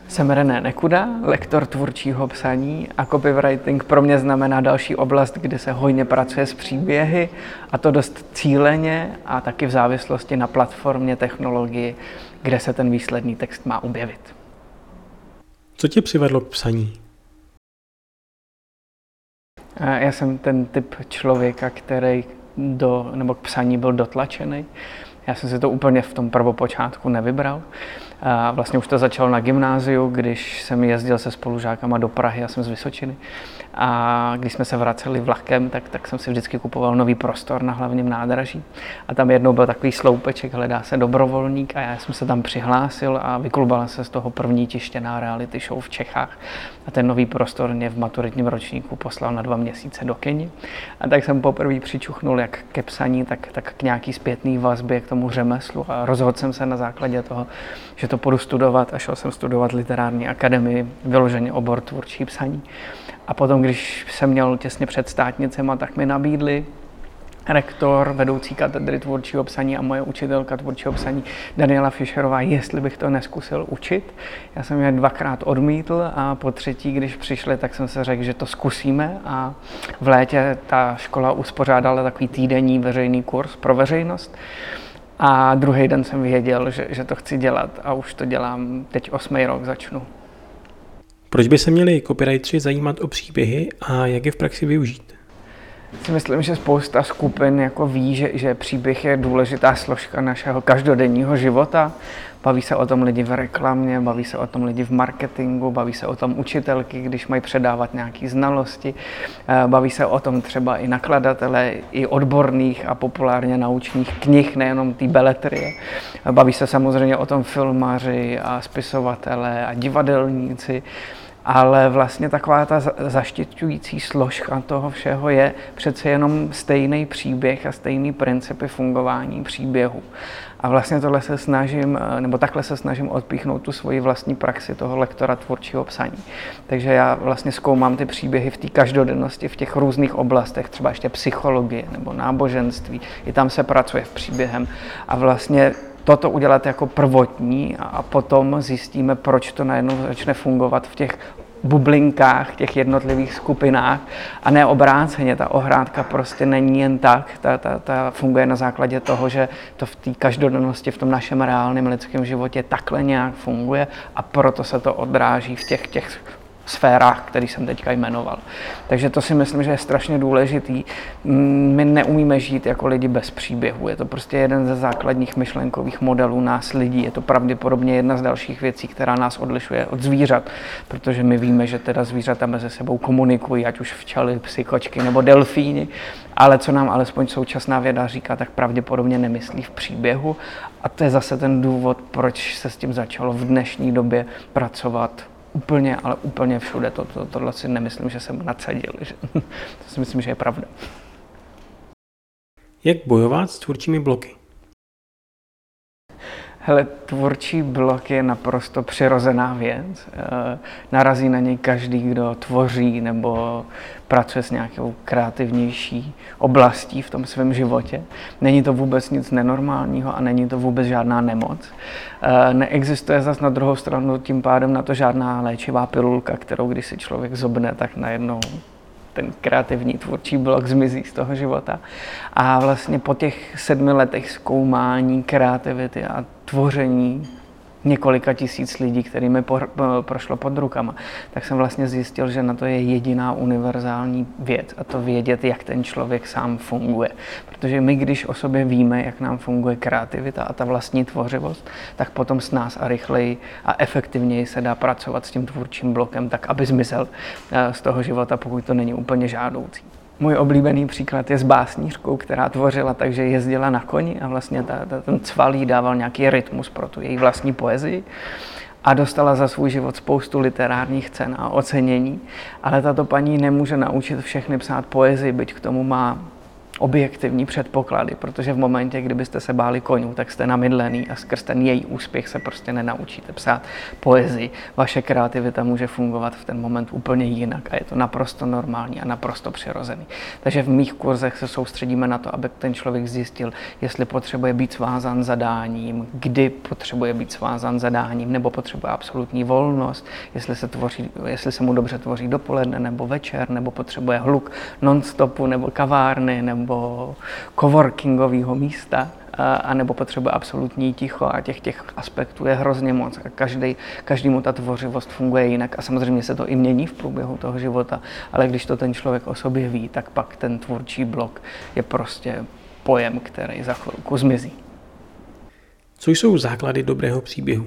Jsem René Nekuda, lektor tvůrčího psaní a copywriting pro mě znamená další oblast, kde se hojně pracuje s příběhy a to dost cíleně a taky v závislosti na platformě, technologii, kde se ten výsledný text má objevit. Co tě přivedlo k psaní? Já jsem ten typ člověka, který k psaní byl dotlačený. Já jsem si to úplně v tom prvopočátku nevybral. A vlastně už to začalo na gymnáziu, když jsem jezdil se spolužákama do Prahy, já jsem z Vysočiny. A když jsme se vraceli vlakem, tak jsem si vždycky kupoval nový prostor na hlavním nádraží. A tam jednou byl takový sloupeček, hledá se dobrovolník a já jsem se tam přihlásil a vyklubala se z toho první tištěná reality show v Čechách. A ten nový prostor mě v maturitním ročníku poslal na 2 měsíce do Keni. A tak jsem poprvé přičuchnul jak ke psaní, tak k nějaký zpětný vazbě k tomu řemeslu. A rozhodl jsem se na základě toho, že to půjdu studovat a šel jsem studovat literární akademii, vyloženě obor tvůrčí psaní. A potom, když jsem měl těsně před státnicema, tak mi nabídli rektor, vedoucí katedry tvůrčího psaní a moje učitelka tvůrčího psaní Daniela Fischerová, jestli bych to neskusil učit. Já jsem je 2krát odmítl a po třetí, když přišli, tak jsem se řekl, že to zkusíme a v létě ta škola uspořádala takový týdenní veřejný kurz pro veřejnost. A druhý den jsem věděl, že to chci dělat a už to dělám, teď 8. rok začnu. Proč by se měli copywriteri zajímat o příběhy a jak je v praxi využít? Si myslím, že spousta skupin ví, že příběh je důležitá složka našeho každodenního života. Baví se o tom lidi v reklamě, baví se o tom lidi v marketingu, baví se o tom učitelky, když mají předávat nějaké znalosti. Baví se o tom třeba i nakladatelé, i odborných a populárně naučných knih, nejenom té beletrie. Baví se samozřejmě o tom filmaři a spisovatelé a divadelníci. Ale vlastně taková ta zaštiťující složka toho všeho je přece jenom stejný příběh a stejný principy fungování příběhu. A vlastně takhle se snažím odpíchnout tu svoji vlastní praxi toho lektora tvůrčího psaní. Takže já vlastně zkoumám ty příběhy v té každodennosti, v těch různých oblastech, třeba ještě psychologie nebo náboženství. I tam se pracuje v příběhem a vlastně toto udělat jako prvotní a potom zjistíme, proč to najednou začne fungovat v těch bublinkách, těch jednotlivých skupinách a ne obráceně. Ta ohrádka prostě není jen tak, ta funguje na základě toho, že to v té každodennosti, v tom našem reálném lidském životě takhle nějak funguje a proto se to odráží v těch sférách, které jsem teďka jmenoval. Takže to si myslím, že je strašně důležitý. My neumíme žít jako lidi bez příběhu. Je to prostě jeden ze základních myšlenkových modelů nás lidí. Je to pravděpodobně jedna z dalších věcí, která nás odlišuje od zvířat, protože my víme, že teda zvířata mezi sebou komunikují, ať už včely, psy, kočky nebo delfíni, ale co nám alespoň současná věda říká, tak pravděpodobně nemyslí v příběhu. A to je zase ten důvod, proč se s tím začalo v dnešní době pracovat úplně, ale úplně všude. Tohle si nemyslím, že jsem nadsadil. To si myslím, že je pravda. Jak bojovat s tvůrčími bloky? Hele, tvůrčí blok je naprosto přirozená věc. Narazí na něj každý, kdo tvoří nebo pracuje s nějakou kreativnější oblastí v tom svém životě. Není to vůbec nic nenormálního a není to vůbec žádná nemoc. Neexistuje zas na druhou stranu tím pádem na to žádná léčivá pilulka, kterou když si člověk zobne, tak najednou ten kreativní tvůrčí blok zmizí z toho života. A vlastně po těch 7 letech zkoumání kreativity a tvoření několika tisíc lidí, kterými prošlo pod rukama, tak jsem vlastně zjistil, že na to je jediná univerzální věc a to vědět, jak ten člověk sám funguje. Protože my, když o sobě víme, jak nám funguje kreativita a ta vlastní tvořivost, tak potom s nás a rychleji a efektivněji se dá pracovat s tím tvůrčím blokem tak, aby zmizel z toho života, pokud to není úplně žádoucí. Můj oblíbený příklad je s básnířkou, která tvořila tak, že jezdila na koni a vlastně ten cval jí dával nějaký rytmus pro tu její vlastní poezii a dostala za svůj život spoustu literárních cen a ocenění, ale tato paní nemůže naučit všechny psát poezii, byť k tomu má objektivní předpoklady, protože v momentě, kdybyste se báli konňů, tak jste namydlený a skrz ten její úspěch se prostě nenaučíte psát poezii. Vaše kreativita může fungovat v ten moment úplně jinak a je to naprosto normální a naprosto přirozený. Takže v mých kurzech se soustředíme na to, aby ten člověk zjistil, jestli potřebuje být svázán zadáním, kdy potřebuje být svázán zadáním, nebo potřebuje absolutní volnost, jestli se mu dobře tvoří dopoledne nebo večer, nebo potřebuje hluk non-stopu, nebo kavárny, nebo coworkingového místa, a nebo potřebuje absolutní ticho a těch aspektů je hrozně moc a každému ta tvořivost funguje jinak a samozřejmě se to i mění v průběhu toho života, ale když to ten člověk o sobě ví, tak pak ten tvůrčí blok je prostě pojem, který za chvilku zmizí. Co jsou základy dobrého příběhu?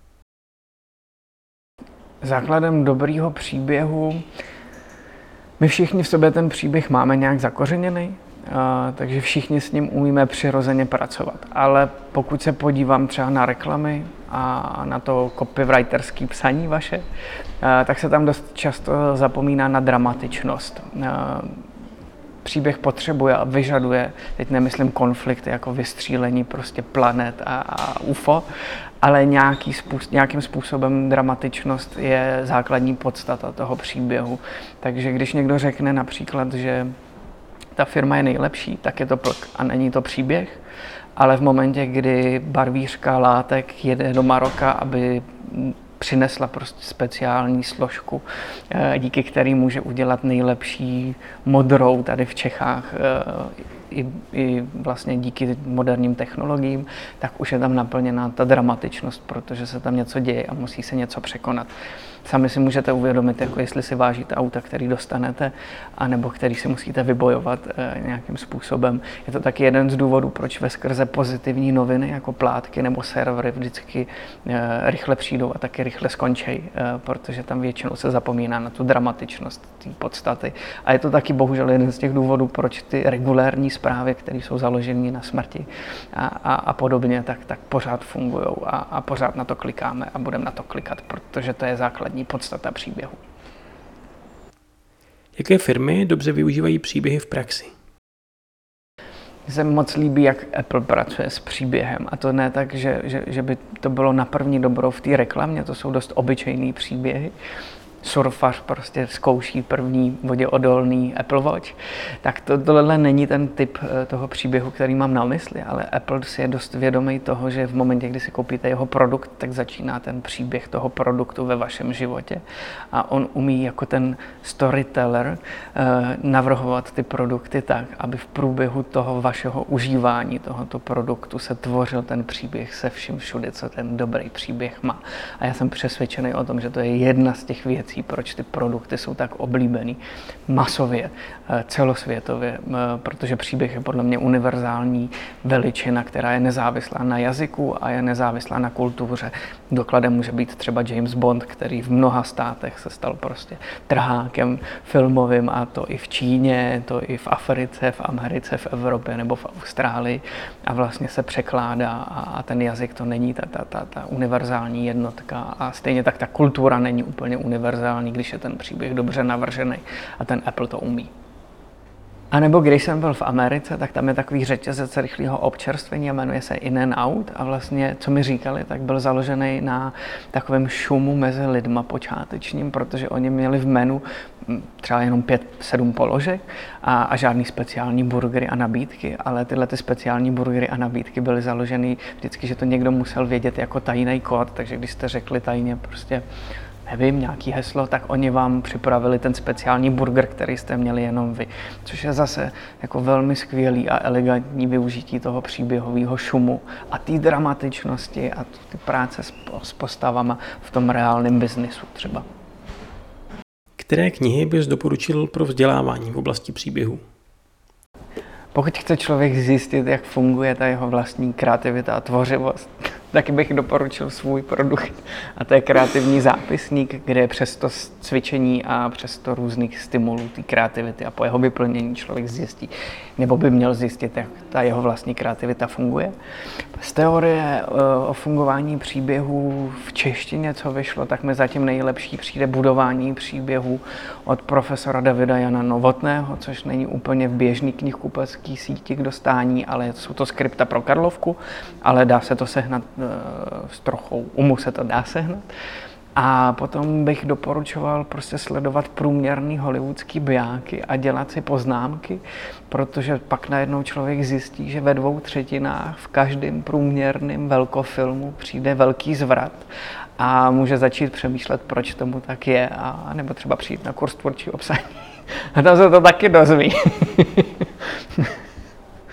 Základem dobrého příběhu, my všichni v sobě ten příběh máme nějak zakořeněný, takže všichni s ním umíme přirozeně pracovat. Ale pokud se podívám třeba na reklamy a na to copywriterské psaní vaše, tak se tam dost často zapomíná na dramatičnost. Příběh potřebuje a vyžaduje, teď nemyslím konflikty jako vystřílení prostě planet a UFO, ale nějakým způsobem dramatičnost je základní podstata toho příběhu. Takže když někdo řekne například, že ta firma je nejlepší, tak je to plk a není to příběh, ale v momentě, kdy barvířka látek jede do Maroka, aby přinesla prostě speciální složku, díky který může udělat nejlepší modrou tady v Čechách, i vlastně díky moderním technologiím, tak už je tam naplněná ta dramatičnost, protože se tam něco děje a musí se něco překonat. Sami si můžete uvědomit, jako jestli si vážíte auta, který dostanete, anebo který si musíte vybojovat nějakým způsobem. Je to taky jeden z důvodů, proč veskrze pozitivní noviny, jako plátky nebo servery vždycky rychle přijdou a taky rychle skončí, protože tam většinou se zapomíná na tu dramatičnost té podstaty. A je to taky bohužel jeden z těch důvodů, proč ty regulérní zprávy, které jsou založené na smrti a podobně, tak pořád fungují a pořád na to klikáme a budeme na to klikat, protože to je základní podstata příběhu. Jaké firmy dobře využívají příběhy v praxi? Mně se moc líbí, jak Apple pracuje s příběhem. A to ne tak, že by to bylo na první dobrou v té reklamě, to jsou dost obyčejný příběhy. Surfař prostě zkouší první voděodolný Apple Watch, tak tohle není ten typ toho příběhu, který mám na mysli, ale Apple si je dost vědomý toho, že v momentě, kdy si koupíte jeho produkt, tak začíná ten příběh toho produktu ve vašem životě a on umí jako ten storyteller navrhovat ty produkty tak, aby v průběhu toho vašeho užívání tohoto produktu se tvořil ten příběh se vším všude, co ten dobrý příběh má. A já jsem přesvědčený o tom, že to je jedna z těch věcí, proč ty produkty jsou tak oblíbený masově, celosvětově, protože příběh je podle mě univerzální veličina, která je nezávislá na jazyku a je nezávislá na kultuře. Dokladem může být třeba James Bond, který v mnoha státech se stal prostě trhákem filmovým, a to i v Číně, to i v Africe, v Americe, v Evropě nebo v Austrálii a vlastně se překládá a ten jazyk to není ta univerzální jednotka a stejně tak ta kultura není úplně univerzální, když je ten příběh dobře navržený a ten Apple to umí. A nebo když jsem byl v Americe, tak tam je takový řetězec rychlého občerstvení a jmenuje se In-N-Out a vlastně, co mi říkali, tak byl založený na takovém šumu mezi lidma počátečním, protože oni měli v menu třeba jenom 5-7 položek a žádný speciální burgery a nabídky, ale tyhle ty speciální burgery a nabídky byly založeny vždycky, že to někdo musel vědět jako tajný kód, takže když jste řekli tajně prostě nevím, nějaký heslo, tak oni vám připravili ten speciální burger, který jste měli jenom vy. Což je zase jako velmi skvělý a elegantní využití toho příběhového šumu a té dramatičnosti a ty práce s postavama v tom reálném biznisu třeba. Které knihy bys doporučil pro vzdělávání v oblasti příběhu? Pokud chce člověk zjistit, jak funguje ta jeho vlastní kreativita a tvořivost, taky bych doporučil svůj produkt. A to je kreativní zápisník, kde je přesto cvičení a přesto různých stimulů té kreativity a po jeho vyplnění člověk zjistí, nebo by měl zjistit, jak ta jeho vlastní kreativita funguje. Z teorie o fungování příběhů v češtině, co vyšlo, tak mi zatím nejlepší přijde budování příběhů od profesora Davida Jana Novotného, což není úplně v běžný knihkupecký síti k dostání, ale jsou to skripta pro Karlovku, ale dá se to sehnat s trochou umu, se to dá sehnat. A potom bych doporučoval prostě sledovat průměrný hollywoodský bijáky a dělat si poznámky, protože pak najednou člověk zjistí, že ve 2/3 v každém průměrném velkofilmu přijde velký zvrat a může začít přemýšlet, proč tomu tak je, a nebo třeba přijít na kurz tvůrčího psaní. A tam se to taky dozví.